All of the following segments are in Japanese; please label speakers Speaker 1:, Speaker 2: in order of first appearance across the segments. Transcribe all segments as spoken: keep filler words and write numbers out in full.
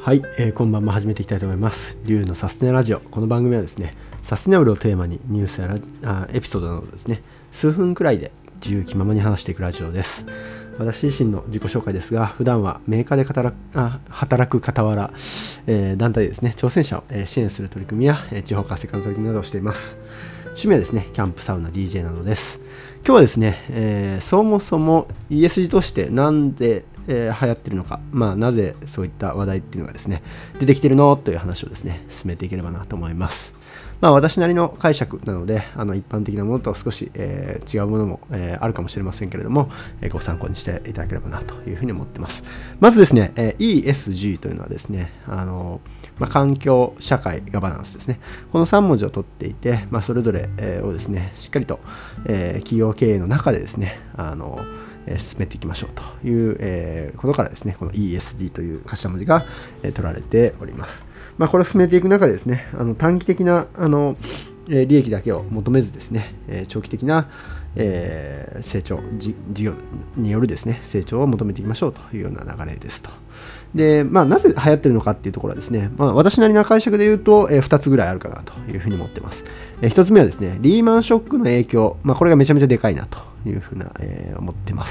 Speaker 1: はい、えー、こんばんも始めていきたいと思います。リュウのサステナラジオ。この番組はですね、サステナブルをテーマにニュースやラジあエピソードなどですね、数分くらいで自由気ままに話していくラジオです。私自身の自己紹介ですが、普段はメーカーで働くあ働く傍ら、えー、団体でですね、挑戦者を支援する取り組みや地方活性化の取り組みなどをしています。趣味はですね、キャンプ、サウナ、ディージェー などです。今日はですね、えー、そもそも イーエスジー としてなんでえー、流行ってるのか、まあ、なぜそういった話題っていうのがですね出てきてるのという話をですね進めていければなと思います。まあ、私なりの解釈なのであの一般的なものと少し、えー、違うものも、えー、あるかもしれませんけれども、えー、ご参考にしていただければなというふうに思ってます。まずですね、えー、イーエスジー というのはですねあの、まあ、環境、社会、ガバナンスですね、このさん文字を取っていて、まあ、それぞれ、えー、をですねしっかりと、えー、企業経営の中でですねあの進めていきましょうという、えー、ことからですねこの イーエスジー という頭文字が、えー、取られております。まあ、これを進めていく中でですねあの短期的なあの、えー、利益だけを求めずですね、えー、長期的な、えー、成長事業によるですね成長を求めていきましょうというような流れですと。で、まあ、なぜ流行っているのかっていうところはですね、まあ、私なりの解釈で言うと、えー、ふたつぐらいあるかなというふうに思っています。えー、ひとつめはですねリーマンショックの影響、まあ、これがめちゃめちゃでかいなというふうな、えー、思ってます。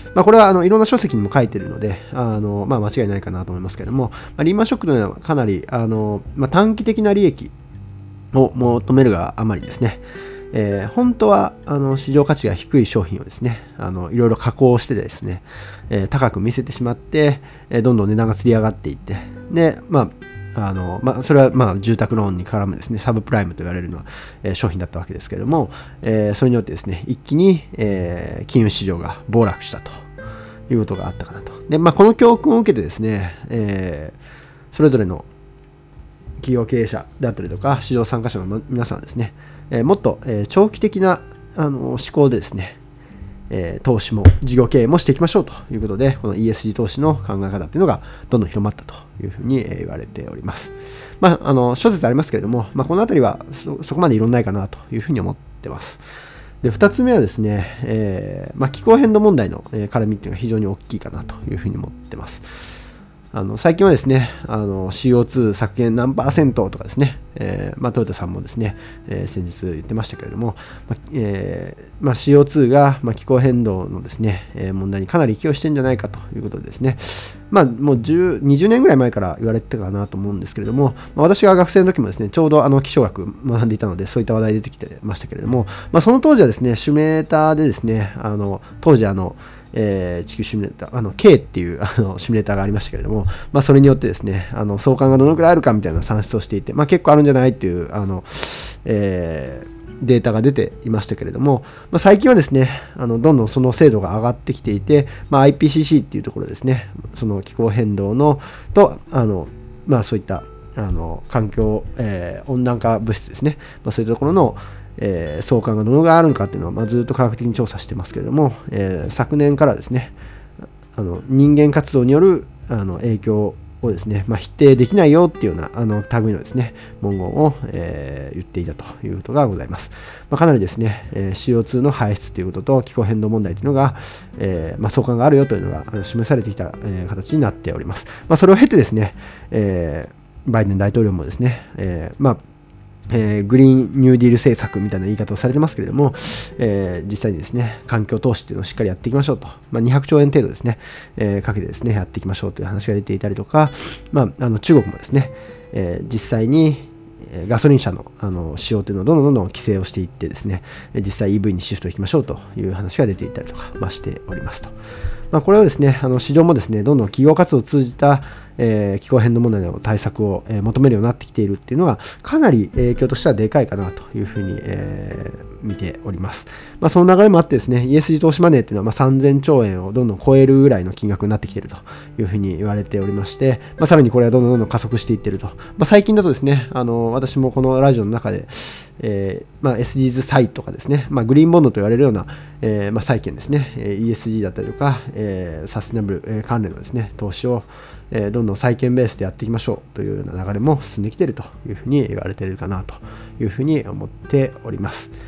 Speaker 1: まあ、これはあのいろんな書籍にも書いているのであの、まあ、間違いないかなと思いますけれども、まあ、リーマンショックというのはかなりあの、まあ、短期的な利益を求めるがあまりですね、えー、本当はあの市場価値が低い商品をですねあのいろいろ加工してですね、えー、高く見せてしまって、えー、どんどん値段がつり上がっていってで、まああのまあ、それはまあ住宅ローンに絡むですねサブプライムと言われるのは、えー、商品だったわけですけれども、えー、それによってですね一気に、えー、金融市場が暴落したということがあったかなと。で、まあ、この教訓を受けてですね、えー、それぞれの企業経営者であったりとか市場参加者の皆さんはですね、えー、もっと、えー、長期的なあの思考でですねえー、投資も事業経営もしていきましょうということでこの イーエスジー 投資の考え方っていうのがどんどん広まったというふうに言われております。まあ、あの諸説ありますけれども、まあ、このあたりは そ, そこまでいろんないかなというふうに思ってます。でふたつめはですね、えーまあ、気候変動問題の絡みっていうのが非常に大きいかなというふうに思ってます。あの最近はですねあの シーオーツー 削減何パーセントとかですね、えーまあ、トヨタさんもですね、えー、先日言ってましたけれども、まあえーまあ、シーオーツー が、まあ、気候変動のですね、えー、問題にかなり寄与してるんじゃないかということでですね、まあ、もうじゅう、にじゅうねんぐらい前から言われてたかなと思うんですけれども、まあ、私が学生の時もですねちょうどあの気象学学んでいたのでそういった話題出てきてましたけれども、まあ、その当時はですねシミュレーターでですねあの当時あのえー、地球シミュレーター、あの K っていうあのシミュレーターがありましたけれども、まあ、それによってですね、あの相関がどのくらいあるかみたいな算出をしていて、まあ、結構あるんじゃないっていうあの、えー、データが出ていましたけれども、まあ、最近はですね、あのどんどんその精度が上がってきていて、まあ、アイピーシーシー っていうところですね、その気候変動のと、あのまあ、そういったあの環境、えー、温暖化物質ですね、まあ、そういうところのえー、相関がどのぐらいあるのかっていうのは、まあ、ずっと科学的に調査してますけれども、えー、昨年からですねあの人間活動によるあの影響をですね、まあ、否定できないよっていうようなあの類のですね文言を、えー、言っていたということがございます。まあ、かなりですね、えー、シーオーツー の排出ということと気候変動問題というのが、えーまあ、相関があるよというのが示されてきた、えー、形になっております。まあ、それを経てですね、えー、バイデン大統領もですね、えー、まあえー、グリーンニューディール政策みたいな言い方をされてますけれども、えー、実際にですね環境投資っていうのをしっかりやっていきましょうと、まあ、にひゃくちょうえん程度ですね、えー、かけてですねやっていきましょうという話が出ていたりとか、まあ、あの中国もですね、えー、実際にガソリン車の、あの使用というのをどんどんどんどん規制をしていってですね実際 イーブイ にシフトいきましょうという話が出ていたりとか、まあ、しておりますと。まあ、これはですねあの市場もですねどんどん企業活動を通じたえー、気候変動問題の対策を、えー、求めるようになってきているっていうのがかなり影響としてはでかいかなというふうに、えー、見ております。まあ、その流れもあってですね イーエスジー 投資マネーっていうのはまあさんぜんちょうえんをどんどん超えるぐらいの金額になってきているというふうに言われておりまして、まあ、さらにこれはどんどんどんどん加速していっていると、まあ、最近だとですねあの私もこのラジオの中でえーまあ、エスディーズ 債とかですね、まあ、グリーンボンドと言われるような、えーまあ、債券ですね、えー、イーエスジー だったりとか、えー、サステナブル、えー、関連のですね投資を、えー、どんどん債券ベースでやっていきましょうというような流れも進んできているというふうに言われているかなというふうに思っております。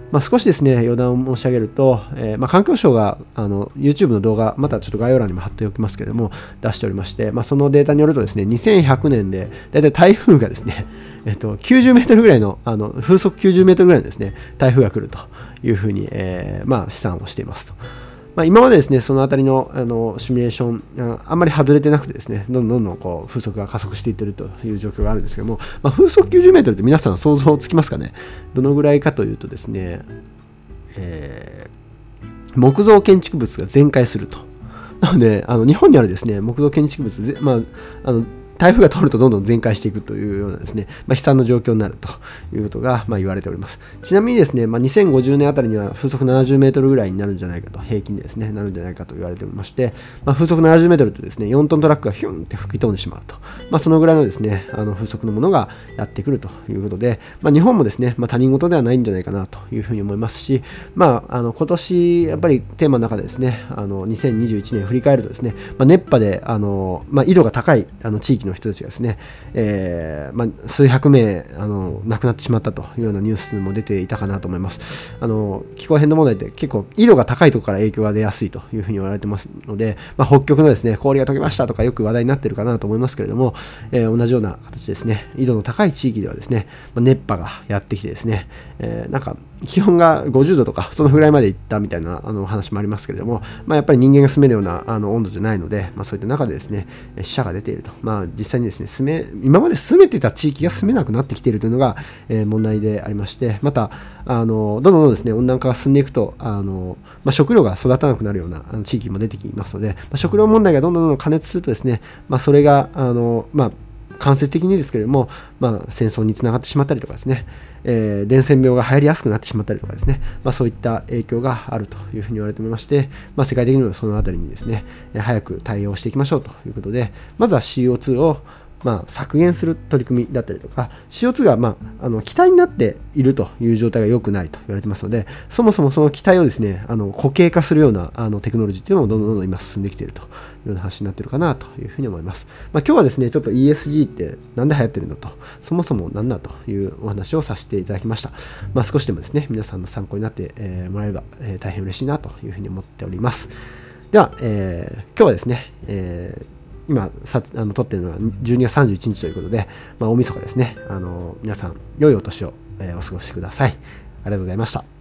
Speaker 1: まあ、少しですね、余談を申し上げると、えーまあ、環境省があの YouTube の動画、またちょっと概要欄にも貼っておきますけれども、出しておりまして、まあ、そのデータによるとですね、にせんひゃくねんで、だいたい台風がですね、えっと、きゅうじゅうメートルぐらいの、あの風速きゅうじゅうメートルぐらいのですね、台風が来るというふうに、えーまあ、試算をしていますと。まあ、今までですね、そのあたりの、あのシミュレーションあ、あんまり外れてなくてですね、どんどんどんどんこう風速が加速していっているという状況があるんですけども、まあ、風速きゅうじゅうメートルって皆さん想像つきますかね。どのぐらいかというとですね、えー、木造建築物が全壊すると。なので、あの日本にあるですね、木造建築物、まあ、あの台風が通るとどんどん全壊していくというようなですね、まあ、悲惨な状況になるということがまあ言われております。ちなみにですね、まあ、にせんごじゅうねんあたりには風速ななじゅうメートルぐらいになるんじゃないかと、平均でですね、なるんじゃないかと言われておりまして、まあ、風速ななじゅうメートルとですね、よんトントラックがヒュンって吹き飛んでしまうと、まあ、そのぐらいのですね、あの風速のものがやってくるということで、まあ、日本もですね、まあ、他人事ではないんじゃないかなというふうに思いますし、まあ、あの今年やっぱりテーマの中でですね、あのにせんにじゅういちねん振り返るとですね、まあ、熱波であの、まあ、緯度が高いあの地域の人たちがですね、えーまあ、数百名あの亡くなってしまったというようなニュースも出ていたかなと思います。あの気候変動問題って結構緯度が高いところから影響が出やすいというふうに言われてますので、まあ、北極のですね氷が溶けましたとかよく話題になっているかなと思いますけれども、えー、同じような形ですね、緯度の高い地域ではですね、まあ、熱波がやってきてですね、えー、なんか気温がごじゅうどとかそのぐらいまでいったみたいなあの話もありますけれども、まあ、やっぱり人間が住めるようなあの温度じゃないので、まあ、そういった中でですね死者が出ていると、まあ、実際にですね住め今まで住めてた地域が住めなくなってきているというのが、えー、問題でありまして、またあのどんどんどんですね温暖化が進んでいくとあの、まあ、食料が育たなくなるようなあの地域も出てきますので、まあ、食料問題がどんどんどんどん過熱するとですね、まあ、それがあの、まあ間接的にですけれども、まあ、戦争につながってしまったりとかですね、えー、伝染病が流行りやすくなってしまったりとかですね、まあ、そういった影響があるというふうに言われておりまして、まあ、世界的にもそのあたりにですね、早く対応していきましょうということで、まずは シーオーツー をまあ、削減する取り組みだったりとか シーオーツー が、まあ、あの気体になっているという状態が良くないと言われてますので、そもそもその気体をですねあの固形化するようなあのテクノロジーというのもどんどんどんどん今進んできているというような話になっているかなというふうに思います。まあ、今日はですねちょっと イーエスジー ってなんで流行ってるのと、そもそも何だというお話をさせていただきました。まあ、少しでもですね皆さんの参考になって、えー、もらえれば、えー、大変嬉しいなというふうに思っております。では、えー、今日はですね、えー今さあの撮っているのはじゅうにがつさんじゅういちにちということで、まあ、大晦日ですね。あの皆さん良いお年を、えー、お過ごしください。ありがとうございました。